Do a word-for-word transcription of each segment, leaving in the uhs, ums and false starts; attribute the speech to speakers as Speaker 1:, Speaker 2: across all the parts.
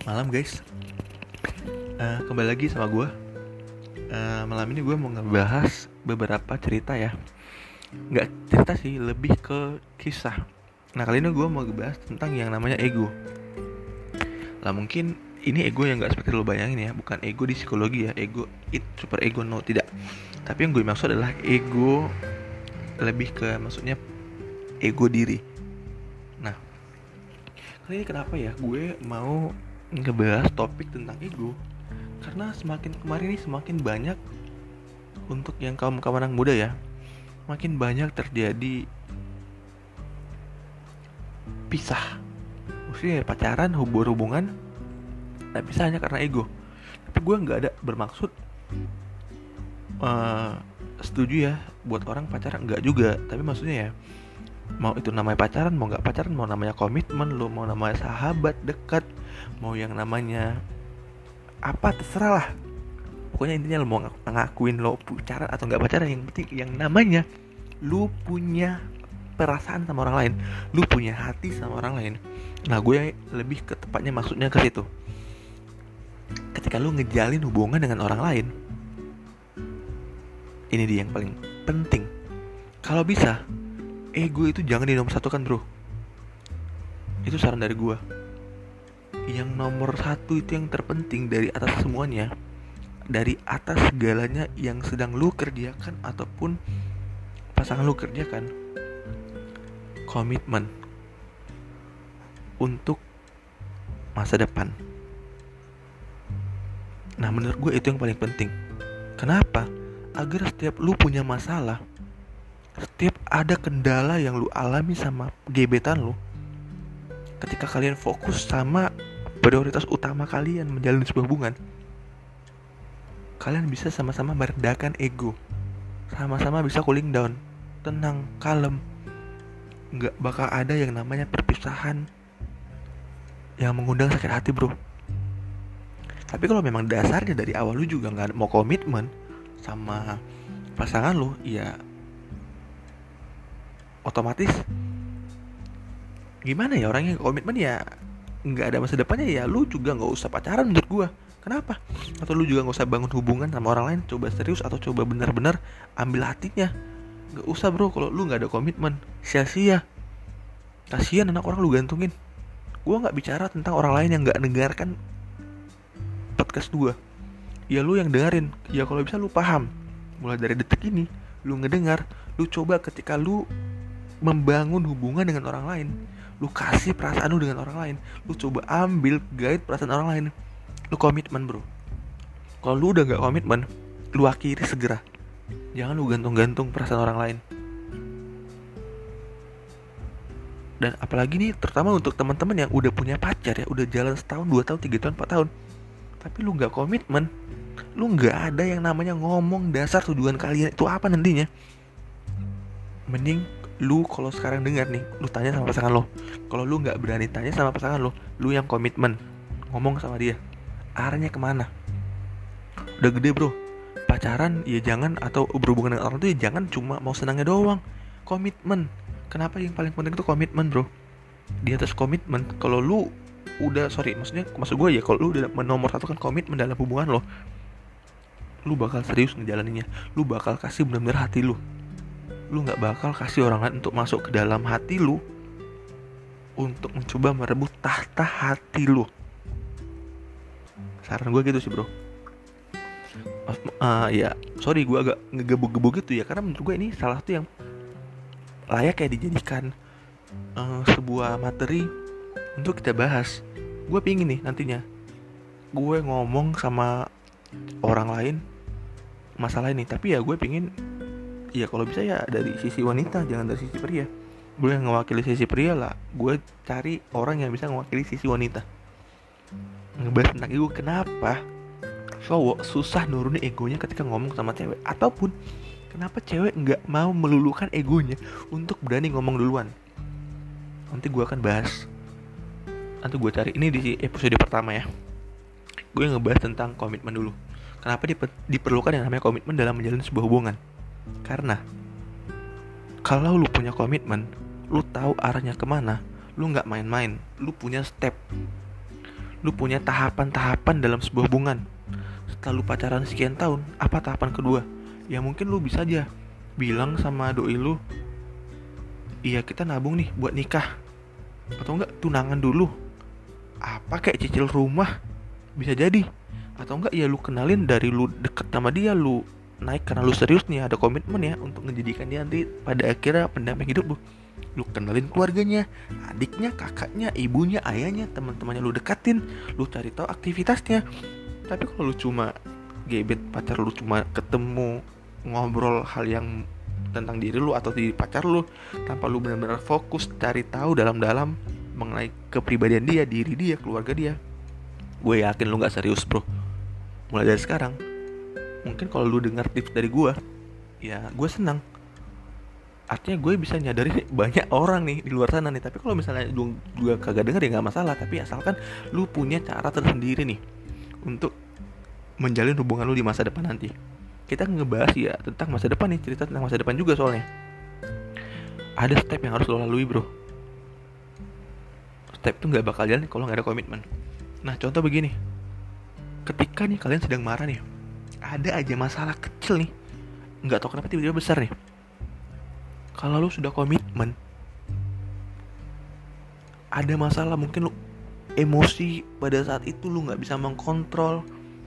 Speaker 1: Malam guys, uh, kembali lagi sama gue. uh, Malam ini gue mau ngebahas beberapa cerita ya. Nggak cerita sih, lebih ke kisah. Nah kali ini gue mau ngebahas tentang yang namanya ego. Lah mungkin ini ego yang gak seperti lo bayangin ya. Bukan ego di psikologi ya, ego it, super ego, no, tidak. Tapi yang gue maksud adalah ego lebih ke maksudnya ego diri. Nah kali ini kenapa ya gue mau ngebahas topik tentang ego, karena semakin kemarin ini semakin banyak untuk yang kaum-kaum anak muda ya, makin banyak terjadi pisah. Maksudnya pacaran, hubung-hubungan nah pisah hanya karena ego. Tapi gue gak ada bermaksud uh, setuju ya buat orang pacaran, enggak juga. Tapi maksudnya ya, mau itu namanya pacaran, mau gak pacaran, mau namanya komitmen lo, mau namanya sahabat dekat, mau yang namanya apa terserah lah. Pokoknya intinya lo mau ngakuin lo pacaran atau gak pacaran, yang penting yang namanya lu punya perasaan sama orang lain, lu punya hati sama orang lain. Nah gue lebih ke tepatnya maksudnya ke situ. Ketika lu ngejalin hubungan dengan orang lain, ini dia yang paling penting. Kalau bisa, ego itu jangan dinomorsatukan bro. Itu saran dari gue. Yang nomor satu itu yang terpenting dari atas semuanya, dari atas segalanya yang sedang lu kerjakan ataupun pasangan lu kerjakan, komitmen untuk masa depan. Nah menurut gue itu yang paling penting. Kenapa? Agar setiap lu punya masalah, setiap ada kendala yang lu alami sama gebetan lu, ketika kalian fokus sama prioritas utama kalian menjalin sebuah hubungan, kalian bisa sama-sama meredakan ego, sama-sama bisa cooling down, tenang, kalem. Gak bakal ada yang namanya perpisahan yang mengundang sakit hati bro. Tapi kalau memang dasarnya dari awal lu juga gak mau komitmen sama pasangan lu, ya otomatis gimana ya, orangnya komitmen ya gak ada masa depannya, ya lu juga gak usah pacaran menurut gua. Kenapa? Atau lu juga gak usah bangun hubungan sama orang lain, coba serius atau coba benar-benar ambil hatinya. Gak usah bro, kalau lu gak ada komitmen, sia-sia. Kasian anak orang lu gantungin. Gua gak bicara tentang orang lain yang gak dengarkan podcast gua. Ya lu yang dengerin, ya kalau bisa lu paham. Mulai dari detik ini, lu ngedengar, lu coba ketika lu membangun hubungan dengan orang lain, lu kasih perasaan lu dengan orang lain, lu coba ambil guide perasaan orang lain, lu komitmen bro. Kalau lu udah gak komitmen, lu akhiri segera. Jangan lu gantung-gantung perasaan orang lain. Dan apalagi nih, terutama untuk teman-teman yang udah punya pacar ya, udah jalan setahun, dua tahun, tiga tahun, empat tahun, tapi lu gak komitmen, lu gak ada yang namanya ngomong dasar tujuan kalian itu apa nantinya. Mending lu kalau sekarang dengar nih, lu tanya sama pasangan lo. Kalau lu gak berani tanya sama pasangan lo, lu yang komitmen, ngomong sama dia, arahnya kemana. Udah gede bro, pacaran ya jangan, atau berhubungan dengan orang tuh ya jangan cuma mau senangnya doang. Komitmen. Kenapa yang paling penting itu komitmen bro. Di atas komitmen, kalau lu udah, sorry maksudnya maksud gue ya, kalau lu udah menomorsatukan komitmen dalam hubungan lo, lu bakal serius ngejalaninnya. Lu bakal kasih benar-benar hati lu. Lu gak bakal kasih orang lain untuk masuk ke dalam hati lu, untuk mencoba merebut tahta hati lu. Saran gue gitu sih bro. Uh, ya sorry gue agak ngegebuk-gebuk gitu ya, karena menurut gue ini salah satu yang layak ya dijadikan uh, sebuah materi untuk kita bahas. Gue pingin nih nantinya gue ngomong sama orang lain masalah ini, tapi ya gue pingin ya kalau bisa ya dari sisi wanita, jangan dari sisi pria. Gue yang ngewakili sisi pria lah, gue cari orang yang bisa ngewakili sisi wanita, ngebahas tentang ego. Kenapa cowok susah nurunin egonya ketika ngomong sama cewek, ataupun kenapa cewek gak mau meluluhkan egonya untuk berani ngomong duluan. Nanti gue akan bahas, nanti gue cari ini di episode pertama ya. Gue ngebahas tentang komitmen dulu. Kenapa diper- diperlukan yang namanya komitmen dalam menjalin sebuah hubungan. Karena kalau lu punya komitmen, lu tahu arahnya kemana, lu gak main-main, lu punya step, Lu punya tahapan-tahapan dalam sebuah hubungan. Setelah lu pacaran sekian tahun, apa tahapan kedua? Ya mungkin lu bisa aja bilang sama doi lu, iya kita nabung nih buat nikah. Atau enggak tunangan dulu, apa kayak cicil rumah, bisa jadi. Atau enggak ya lu kenalin dari lu deket sama dia, lu naik karena lu serius nih, ada komitmen ya untuk menjadikan dia nanti pada akhirnya pendamping hidup lu. Lu kenalin keluarganya, adiknya, kakaknya, ibunya, ayahnya, teman-temannya lu dekatin, lu cari tahu aktivitasnya. Tapi kalau lu cuma gebet pacar lu, cuma ketemu ngobrol hal yang tentang diri lu atau di pacar lu, tanpa lu benar-benar fokus cari tahu dalam-dalam mengenai kepribadian dia, diri dia, keluarga dia, gue yakin lu nggak serius bro. Mulai dari sekarang, mungkin kalau lu dengar tips dari gue, ya gue senang. Artinya gue bisa nyadarin banyak orang nih di luar sana nih. Tapi kalau misalnya lu juga kagak denger ya nggak masalah. Tapi asalkan lu punya cara tersendiri nih untuk menjalin hubungan lu di masa depan nanti. Kita ngebahas ya tentang masa depan nih, cerita tentang masa depan juga soalnya. Ada step yang harus lo lalui bro. Step itu nggak bakal jalan kalau nggak ada komitmen. Nah contoh begini, ketika nih kalian sedang marah nih, ada aja masalah kecil nih, nggak tahu kenapa tiba-tiba besar nih. Kalau lu sudah komitmen, ada masalah mungkin lu emosi pada saat itu lu nggak bisa mengkontrol,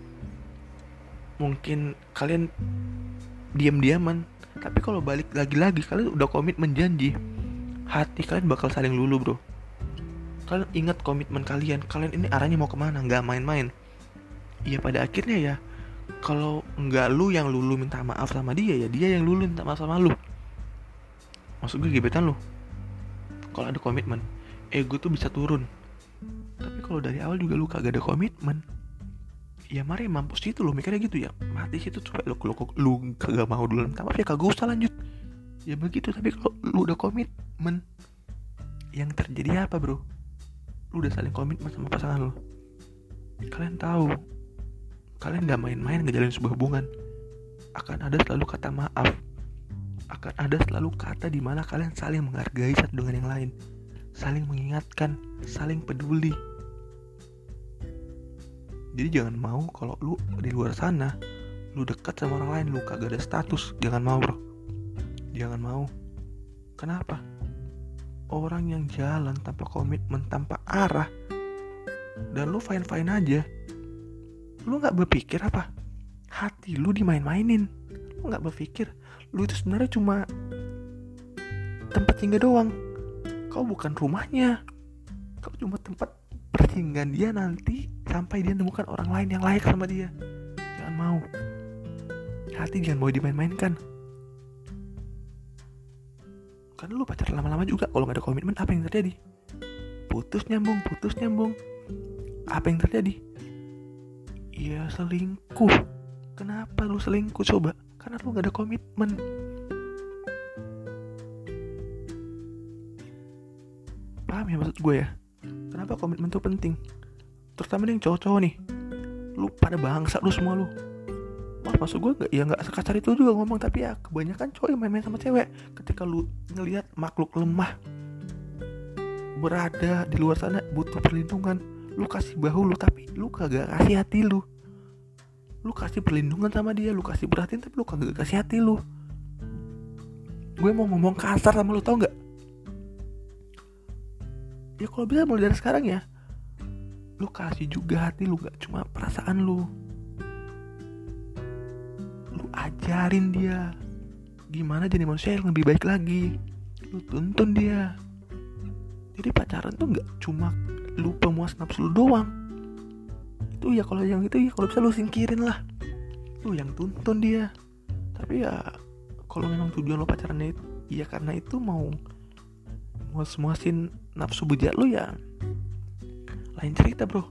Speaker 1: mungkin kalian diam-diaman. Tapi kalau balik lagi-lagi kalian udah komitmen janji, hati kalian bakal saling lulu bro. Kalian ingat komitmen kalian, kalian ini arahnya mau kemana, nggak main-main. Iya pada akhirnya ya, kalau nggak lu yang lulu minta maaf sama dia, ya dia yang lulu minta maaf sama lu. Maksud gue gebetan lu. Kalau ada komitmen, ego tuh bisa turun. Tapi kalau dari awal juga lu kagak ada komitmen, ya mari mampus itu lu mikirnya gitu ya, mati situ coba lu, lu, lu kagak mau dulu minta maaf ya kagak usah lanjut. Ya begitu. Tapi kalau lu udah komitmen, yang terjadi apa bro? Lu udah saling komitmen sama pasangan lu. Kalian tahu, kalian gak main-main ngejalin sebuah hubungan. Akan ada selalu kata maaf, akan ada selalu kata dimana kalian saling menghargai satu dengan yang lain, saling mengingatkan, saling peduli. Jadi jangan mau kalau lu di luar sana, lu dekat sama orang lain, lu kagak ada status. Jangan mau bro, jangan mau. Kenapa? Orang yang jalan tanpa komitmen, tanpa arah, dan lu fine-fine aja, lu gak berpikir apa? Hati lu dimain-mainin. Lu gak berpikir lu itu sebenarnya cuma tempat singgah doang. Kau bukan rumahnya. Kau cuma tempat persinggahan dia nanti sampai dia nemukan orang lain yang layak sama dia. Jangan mau. Hati jangan mau dimain-mainkan. Karena lu pacaran lama-lama juga, kalau gak ada komitmen apa yang terjadi? Putus nyambung, putus nyambung. Apa yang terjadi? Ya selingkuh. Kenapa lu selingkuh coba? Karena lu gak ada komitmen. Paham ya maksud gue ya? Kenapa komitmen tuh penting? Terutama nih yang cowok-cowok nih. Lu pada bangsa lu semua lu. Wah maksud gue gak, ya gak sekasar itu juga ngomong. Tapi ya kebanyakan cowok yang main-main sama cewek. Ketika lu ngelihat makhluk lemah berada di luar sana butuh perlindungan, lu kasih bahu lu tapi lu kagak kasih hati lu. Lu kasih perlindungan sama dia, lu kasih perhatian tapi lu kagak kasih hati lu. Gue mau ngomong kasar sama lu, tau gak? Ya kalau bisa mulai dari sekarang ya, lu kasih juga hati lu, gak cuma perasaan lu. Lu ajarin dia gimana jadi manusia yang lebih baik lagi. Lu tuntun dia. Jadi pacaran tuh gak cuma lu pemuas nafsu lu doang. Itu ya kalau yang itu ya kalau bisa lu singkirin lah. Lu yang tuntun dia. Tapi ya kalau memang tujuan lu pacarannya itu ya karena itu mau muas-muasin nafsu bejat lu, ya lain cerita bro.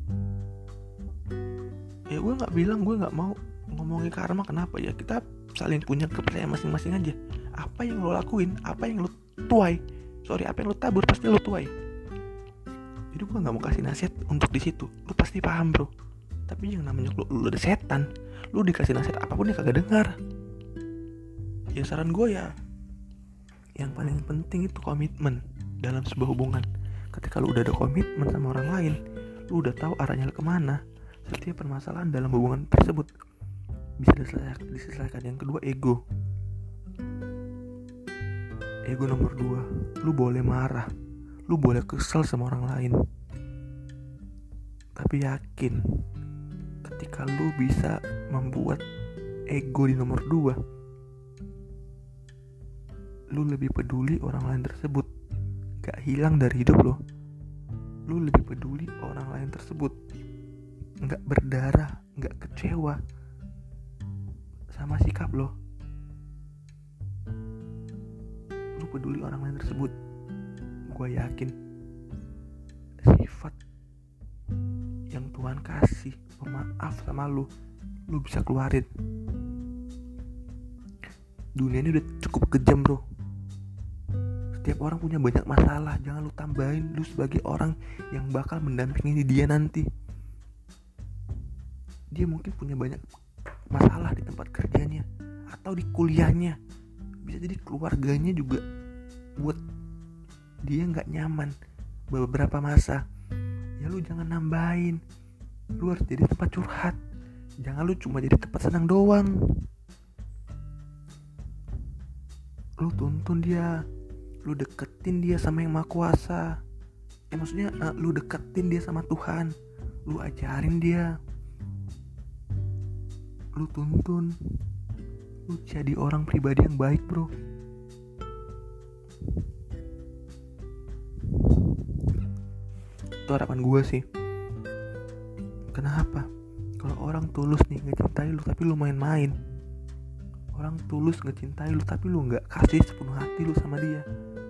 Speaker 1: Ya gue gak bilang gue gak mau ngomongin karma, kenapa ya, kita saling punya kepercayaan masing-masing aja. Apa yang lo lakuin, apa yang lo tuai, sorry apa yang lo tabur pasti lo tuai. Jadi gue gak mau kasih nasihat untuk di situ, lu pasti paham bro. Tapi yang namanya lu, lu ada setan, lu dikasih nasihat apapun dia kagak dengar. Ya saran gue ya, yang paling penting itu komitmen dalam sebuah hubungan. Ketika lu udah ada komitmen sama orang lain, lu udah tahu arahnya kemana. Setiap permasalahan dalam hubungan tersebut bisa diselesaikan. Yang kedua, ego. Ego nomor dua, lu boleh marah, lu boleh kesel sama orang lain, tapi yakin ketika lu bisa membuat ego di nomor dua, lu lebih peduli orang lain tersebut gak hilang dari hidup lo. Lu lebih peduli orang lain tersebut gak berdarah, gak kecewa sama sikap lo. Lu peduli orang lain tersebut. Gue yakin sifat yang Tuhan kasih pemaaf sama lu, lu bisa keluarin. Dunia ini udah cukup kejam bro. Setiap orang punya banyak masalah. Jangan lu tambahin lu sebagai orang yang bakal mendampingi dia nanti. Dia mungkin punya banyak masalah di tempat kerjanya atau di kuliahnya. Bisa jadi keluarganya juga buat dia gak nyaman beberapa masa. Ya lu jangan nambahin. Lu harus jadi tempat curhat. Jangan lu cuma jadi tempat senang doang. Lu tuntun dia, lu deketin dia sama yang Maha Kuasa. Ya maksudnya uh, lu deketin dia sama Tuhan. Lu ajarin dia, lu tuntun. Lu jadi orang pribadi yang baik bro. Itu harapan gue sih. Kenapa? Kalau orang tulus nih ngecintai lu tapi lu main-main, orang tulus ngecintai lu tapi lu gak kasih sepenuh hati lu sama dia,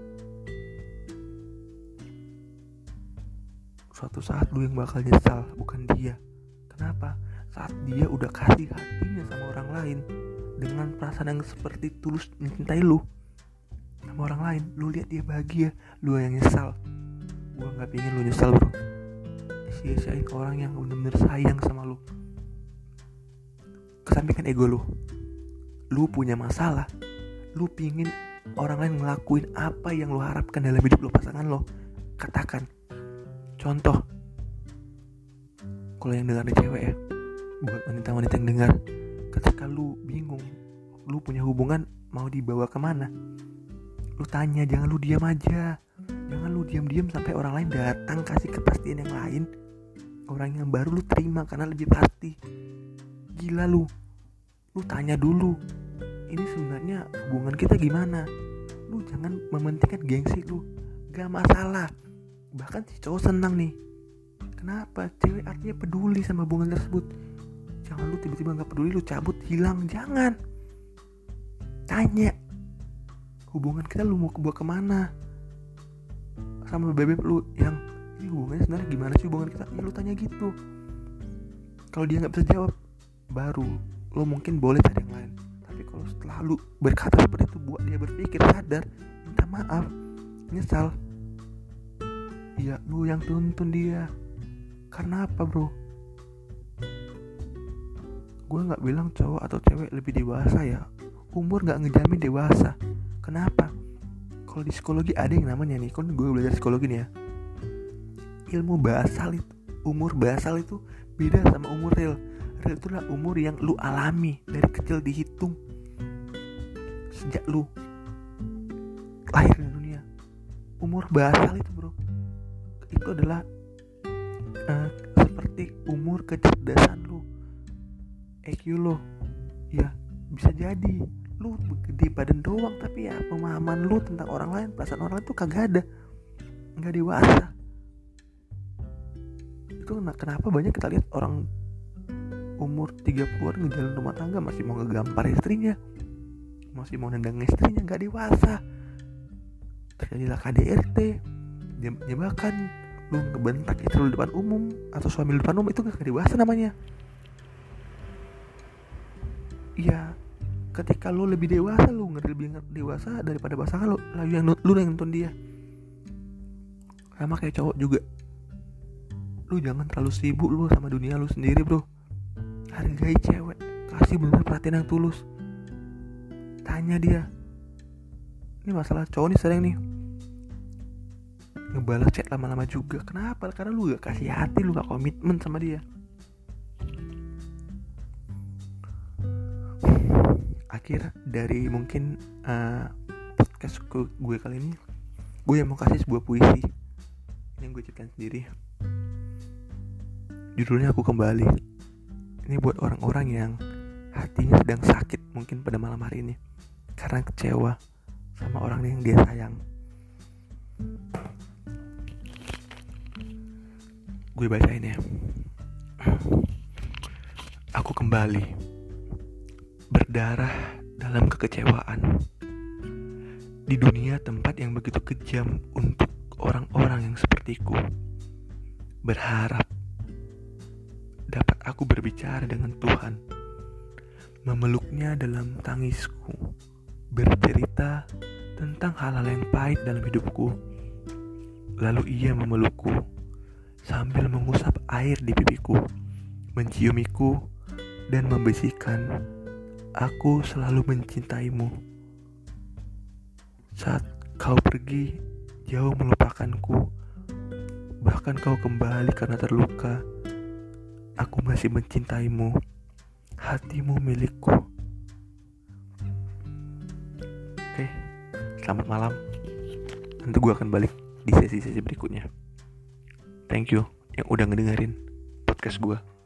Speaker 1: suatu saat lu yang bakal nyesal, bukan dia. Kenapa? Saat dia udah kasih hatinya sama orang lain dengan perasaan yang seperti tulus mencintai lu sama orang lain, lu lihat dia bahagia, lu yang nyesal. Gua gak pengen lu nyesal bro. Sia-siain orang yang bener-bener sayang sama lu. Kesampingkan ego lu. Lu punya masalah, lu pingin orang lain ngelakuin apa yang lu harapkan dalam hidup lu, pasangan lo. Katakan. Contoh, kalau yang dengar nih cewek ya, buat wanita-wanita yang dengar, ketika lu bingung, lu punya hubungan mau dibawa kemana, lu tanya, jangan lu diam aja. Jangan lu diam-diam sampai orang lain datang kasih kepastian yang lain. Orang yang baru lu terima karena lebih pasti. Gila lu. Lu tanya dulu, ini sebenarnya hubungan kita gimana. Lu jangan mementingkan gengsi lu. Gak masalah. Bahkan si cowok senang nih. Kenapa? Cewek artinya peduli sama hubungan tersebut. Jangan lu tiba-tiba gak peduli, lu cabut, hilang. Jangan. Tanya, hubungan kita lu mau bawa kemana? Sama bebek lu yang, ini hubungannya sebenarnya gimana sih hubungan kita? Ya lu tanya gitu. Kalau dia gak bisa jawab, baru lo mungkin boleh cari yang lain. Tapi kalau setelah lu berkata seperti itu, buat dia berpikir, sadar, minta maaf, nyesal, ya lu yang tuntun dia. Karena apa bro? Gue gak bilang cowok atau cewek lebih dewasa ya. Umur gak ngejamin dewasa. Kenapa? Kalau di psikologi ada yang namanya nih, kan gue belajar psikologi nih ya, ilmu basal itu, umur basal itu beda sama umur real. Real itu adalah umur yang lu alami dari kecil, dihitung sejak lu lahir di dunia. Umur basal itu bro, itu adalah uh, seperti umur kecerdasan lu, I Q lo. Ya bisa jadi lu gede badan doang, tapi ya pemahaman lu tentang orang lain, perasaan orang lain tuh kagak ada, nggak dewasa. Itu kenapa banyak kita lihat orang umur tiga puluhan ngejalan rumah tangga masih mau ngegampar istrinya, masih mau nendang istrinya, nggak dewasa. Terjadilah K D R T, dia bahkan lu ngebentak istri lu depan umum atau suami lu depan umum, itu nggak dewasa namanya. Ya ketika lu lebih dewasa, lu ngerti lebih dewasa daripada pasangan lu, lalu yang lu yang nonton dia. Sama kayak cowok juga, lu jangan terlalu sibuk lu sama dunia lu sendiri bro. Hargai cewek, kasih bener perhatian yang tulus. Tanya dia, ini masalah cowok nih sering nih balas chat lama-lama juga. Kenapa? Karena lu gak kasih hati, lu gak komitmen sama dia. Akhir dari mungkin uh, podcast gue kali ini, gue yang mau kasih sebuah puisi. Ini yang gue ciptain sendiri. Judulnya Aku Kembali. Ini buat orang-orang yang hatinya sedang sakit mungkin pada malam hari ini karena kecewa sama orang yang dia sayang. Gue bacain ya. Aku kembali berdarah dalam kekecewaan di dunia tempat yang begitu kejam untuk orang-orang yang sepertiku. Berharap dapat aku berbicara dengan Tuhan, memeluknya dalam tangisku, bercerita tentang hal-hal yang pahit dalam hidupku. Lalu ia memelukku sambil mengusap air di pipiku, menciumiku dan membisikkan, aku selalu mencintaimu. Saat kau pergi jauh melupakanku, bahkan kau kembali karena terluka, aku masih mencintaimu. Hatimu milikku. Oke, selamat malam. Nanti gue akan balik di sesi-sesi berikutnya. Thank you yang udah ngedengerin podcast gue.